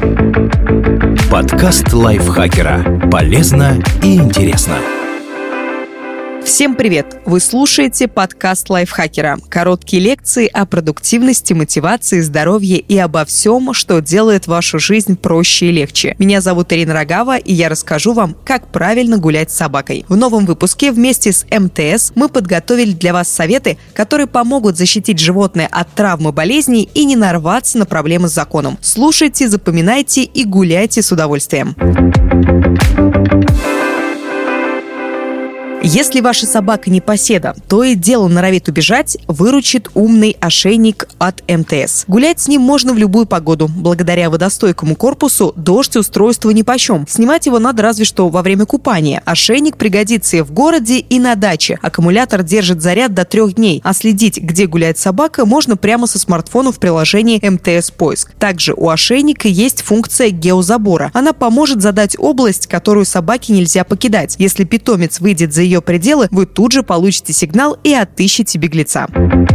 Подкаст лайфхакера. Полезно и интересно. Всем привет! Вы слушаете подкаст лайфхакера. Короткие лекции о продуктивности, мотивации, здоровье и обо всем, что делает вашу жизнь проще и легче. Меня зовут Ирина Рогава, и я расскажу вам, как правильно гулять с собакой. В новом выпуске вместе с МТС мы подготовили для вас советы, которые помогут защитить животное от травм и болезней и не нарваться на проблемы с законом. Слушайте, запоминайте и гуляйте с удовольствием. Если ваша собака непоседа, то и дело норовит убежать, выручит умный ошейник от МТС. Гулять с ним можно в любую погоду. Благодаря водостойкому корпусу дождь устройству нипочем. Снимать его надо разве что во время купания. Ошейник пригодится и в городе, и на даче. Аккумулятор держит заряд до 3 дней, а следить, где гуляет собака, можно прямо со смартфона в приложении МТС Поиск. Также у ошейника есть функция геозабора. Она поможет задать область, которую собаке нельзя покидать. Если питомец выйдет за ее пределы, вы тут же получите сигнал и отыщете беглеца.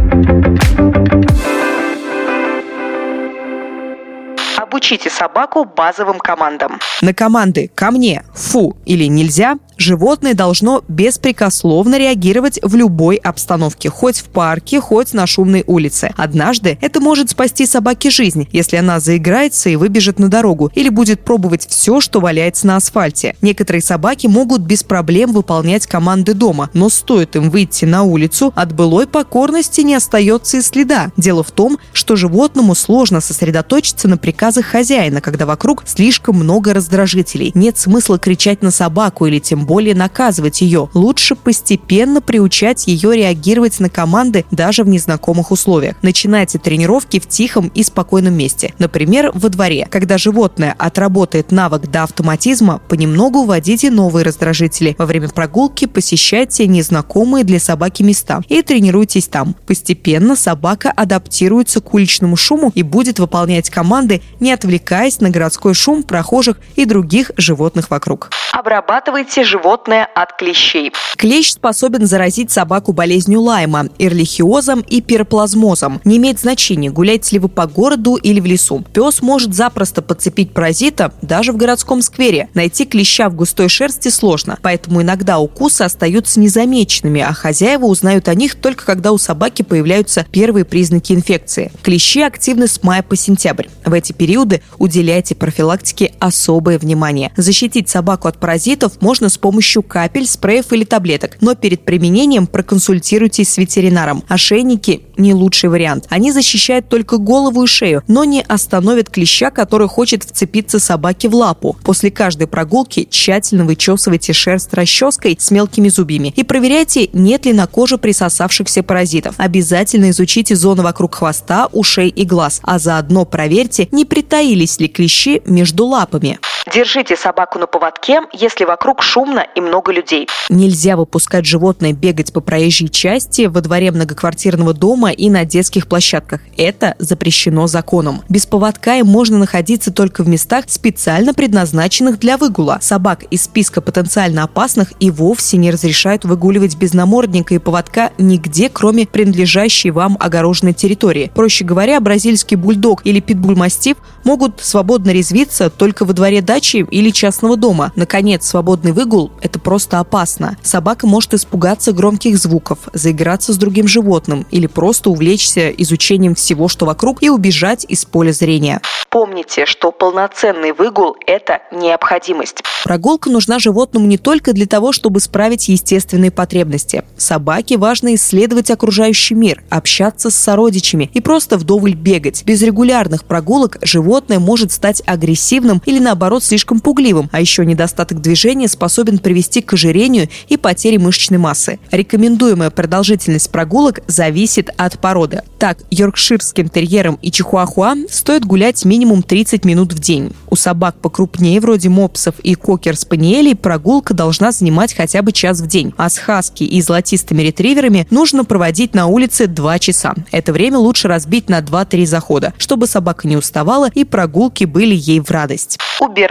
Обучите собаку базовым командам. На команды «ко мне», «фу» или «нельзя» животное должно беспрекословно реагировать в любой обстановке, хоть в парке, хоть на шумной улице. Однажды это может спасти собаке жизнь, если она заиграется и выбежит на дорогу, или будет пробовать все, что валяется на асфальте. Некоторые собаки могут без проблем выполнять команды дома, но стоит им выйти на улицу, от былой покорности не остается и следа. Дело в том, что животному сложно сосредоточиться на приказах хозяина, когда вокруг слишком много раздражителей. Нет смысла кричать на собаку или тем более наказывать ее. Лучше постепенно приучать ее реагировать на команды даже в незнакомых условиях. Начинайте тренировки в тихом и спокойном месте. Например, во дворе. Когда животное отработает навык до автоматизма, понемногу вводите новые раздражители. Во время прогулки посещайте незнакомые для собаки места и тренируйтесь там. Постепенно собака адаптируется к уличному шуму и будет выполнять команды, не отвлекаясь на городской шум прохожих и других животных вокруг. Обрабатывайте животное от клещей. Клещ способен заразить собаку болезнью Лайма, эрлихиозом и пироплазмозом. Не имеет значения, гуляете ли вы по городу или в лесу. Пес может запросто подцепить паразита даже в городском сквере. Найти клеща в густой шерсти сложно, поэтому иногда укусы остаются незамеченными, а хозяева узнают о них только когда у собаки появляются первые признаки инфекции. Клещи активны с мая по сентябрь. В эти периоды уделяйте профилактике особое внимание. Защитить собаку от паразитов можно с помощью капель, спреев или таблеток, но перед применением проконсультируйтесь с ветеринаром. Ошейники – не лучший вариант. Они защищают только голову и шею, но не остановят клеща, который хочет вцепиться собаке в лапу. После каждой прогулки тщательно вычесывайте шерсть расческой с мелкими зубьями и проверяйте, нет ли на коже присосавшихся паразитов. Обязательно изучите зону вокруг хвоста, ушей и глаз, а заодно проверьте, не притаились ли клещи между лапами. Держите собаку на поводке, если вокруг шумно и много людей. Нельзя выпускать животное бегать по проезжей части, во дворе многоквартирного дома и на детских площадках. Это запрещено законом. Без поводка им можно находиться только в местах, специально предназначенных для выгула. Собак из списка потенциально опасных и вовсе не разрешают выгуливать без намордника и поводка нигде, кроме принадлежащей вам огороженной территории. Проще говоря, бразильский бульдог или питбуль-мастиф могут свободно резвиться только во дворе дачи или частного дома. Наконец, свободный выгул – это просто опасно. Собака может испугаться громких звуков, заиграться с другим животным или просто увлечься изучением всего, что вокруг, и убежать из поля зрения. Помните, что полноценный выгул – это необходимость. Прогулка нужна животному не только для того, чтобы справить естественные потребности. Собаке важно исследовать окружающий мир, общаться с сородичами и просто вдоволь бегать. Без регулярных прогулок животное может стать агрессивным или, наоборот, слишком пугливым, а еще недостаток движения способен привести к ожирению и потере мышечной массы. Рекомендуемая продолжительность прогулок зависит от породы. Так, йоркширским терьерам и чихуахуа стоит гулять минимум 30 минут в день. У собак покрупнее, вроде мопсов и кокер-спаниелей, прогулка должна занимать хотя бы час в день, а с хаски и золотистыми ретриверами нужно проводить на улице 2 часа. Это время лучше разбить на 2-3 захода, чтобы собака не уставала и прогулки были ей в радость. Убирайте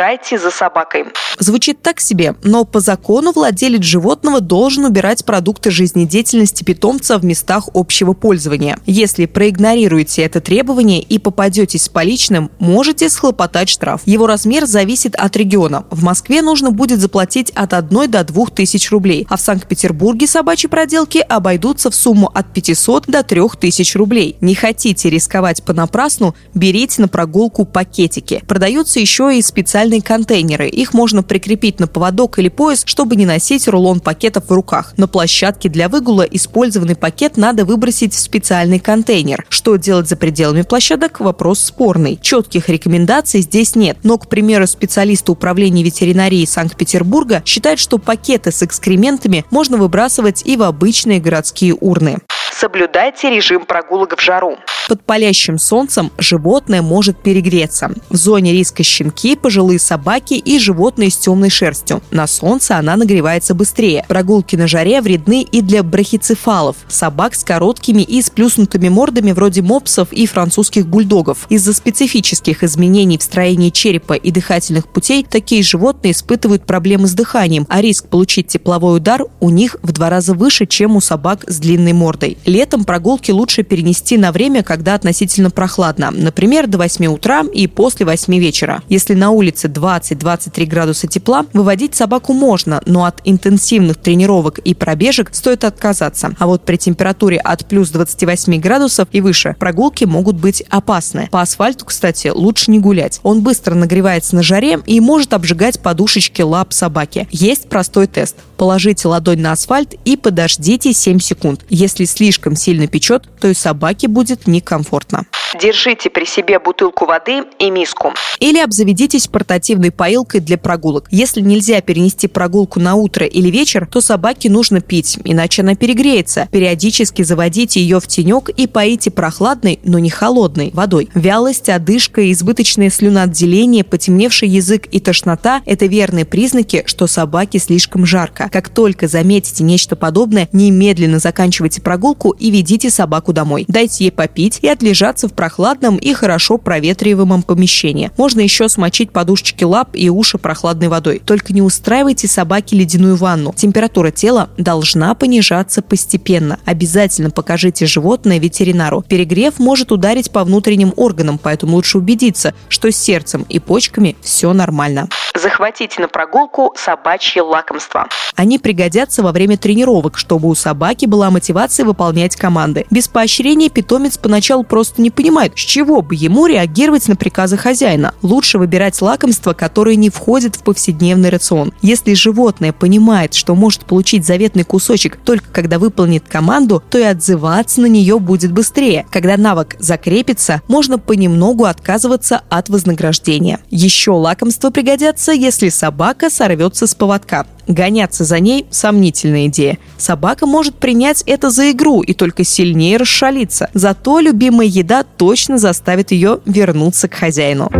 наблюдайте за собакой. Звучит так себе, но по закону владелец животного должен убирать продукты жизнедеятельности питомца в местах общего пользования. Если проигнорируете это требование и попадетесь с поличным, можете схлопотать штраф. Его размер зависит от региона. В Москве нужно будет заплатить от 1 до 2 тысяч рублей, а в Санкт-Петербурге собачьи проделки обойдутся в сумму от 500 до 3000 рублей. Не хотите рисковать понапрасну? Берите на прогулку пакетики. Продаются еще и специальные контейнеры. Их можно прикрепить на поводок или пояс, чтобы не носить рулон пакетов в руках. На площадке для выгула использованный пакет надо выбросить в специальный контейнер. Что делать за пределами площадок – вопрос спорный. Четких рекомендаций здесь нет. Но, к примеру, специалисты управления ветеринарии Санкт-Петербурга считают, что пакеты с экскрементами можно выбрасывать и в обычные городские урны. Соблюдайте режим прогулок в жару. Под палящим солнцем животное может перегреться. В зоне риска щенки, пожилые собаки и животные с темной шерстью. На солнце она нагревается быстрее. Прогулки на жаре вредны и для брахицефалов – собак с короткими и сплюснутыми мордами вроде мопсов и французских бульдогов. Из-за специфических изменений в строении черепа и дыхательных путей такие животные испытывают проблемы с дыханием, а риск получить тепловой удар у них в 2 раза выше, чем у собак с длинной мордой. Летом прогулки лучше перенести на время, когда относительно прохладно, например, до 8 утра и после 8 вечера. Если на улице 20-23 градуса тепла, выводить собаку можно, но от интенсивных тренировок и пробежек стоит отказаться. А вот при температуре от плюс 28 градусов и выше прогулки могут быть опасны. По асфальту, кстати, лучше не гулять. Он быстро нагревается на жаре и может обжигать подушечки лап собаки. Есть простой тест. Положите ладонь на асфальт и подождите 7 секунд. Если слишком сильно печет, то и собаке будет некомфортно. Держите при себе бутылку воды и миску. Или обзаведитесь портативной поилкой для прогулок. Если нельзя перенести прогулку на утро или вечер, то собаке нужно пить, иначе она перегреется. Периодически заводите ее в тенек и поите прохладной, но не холодной водой. Вялость, одышка, избыточное слюноотделение, потемневший язык и тошнота – это верные признаки, что собаке слишком жарко. Как только заметите нечто подобное, немедленно заканчивайте прогулку и ведите собаку домой. Дайте ей попить и отлежаться в прохладном и хорошо проветриваемом помещении. Можно еще смочить подушечки лап и уши прохладной водой. Только не устраивайте собаке ледяную ванну. Температура тела должна понижаться постепенно. Обязательно покажите животное ветеринару. Перегрев может ударить по внутренним органам, поэтому лучше убедиться, что с сердцем и почками все нормально. Захватите на прогулку собачье лакомство. Они пригодятся во время тренировок, чтобы у собаки была мотивация выполнять команды. Без поощрения питомец поначалу просто не понимает, с чего бы ему реагировать на приказы хозяина. Лучше выбирать лакомства, которые не входят в повседневный рацион. Если животное понимает, что может получить заветный кусочек только когда выполнит команду, то и отзываться на нее будет быстрее. Когда навык закрепится, можно понемногу отказываться от вознаграждения. Еще лакомства пригодятся, если собака сорвется с поводка. Гоняться за ней – сомнительная идея. Собака может принять это за игру и только сильнее расшалиться. Зато любимая еда точно заставит ее вернуться к хозяину.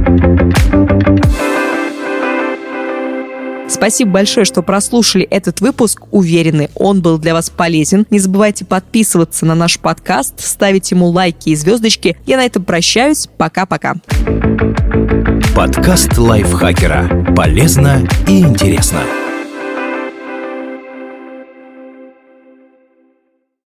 Спасибо большое, что прослушали этот выпуск. Уверены, он был для вас полезен. Не забывайте подписываться на наш подкаст, ставить ему лайки и звездочки. Я на этом прощаюсь. Пока-пока. Подкаст лайфхакера. Полезно и интересно.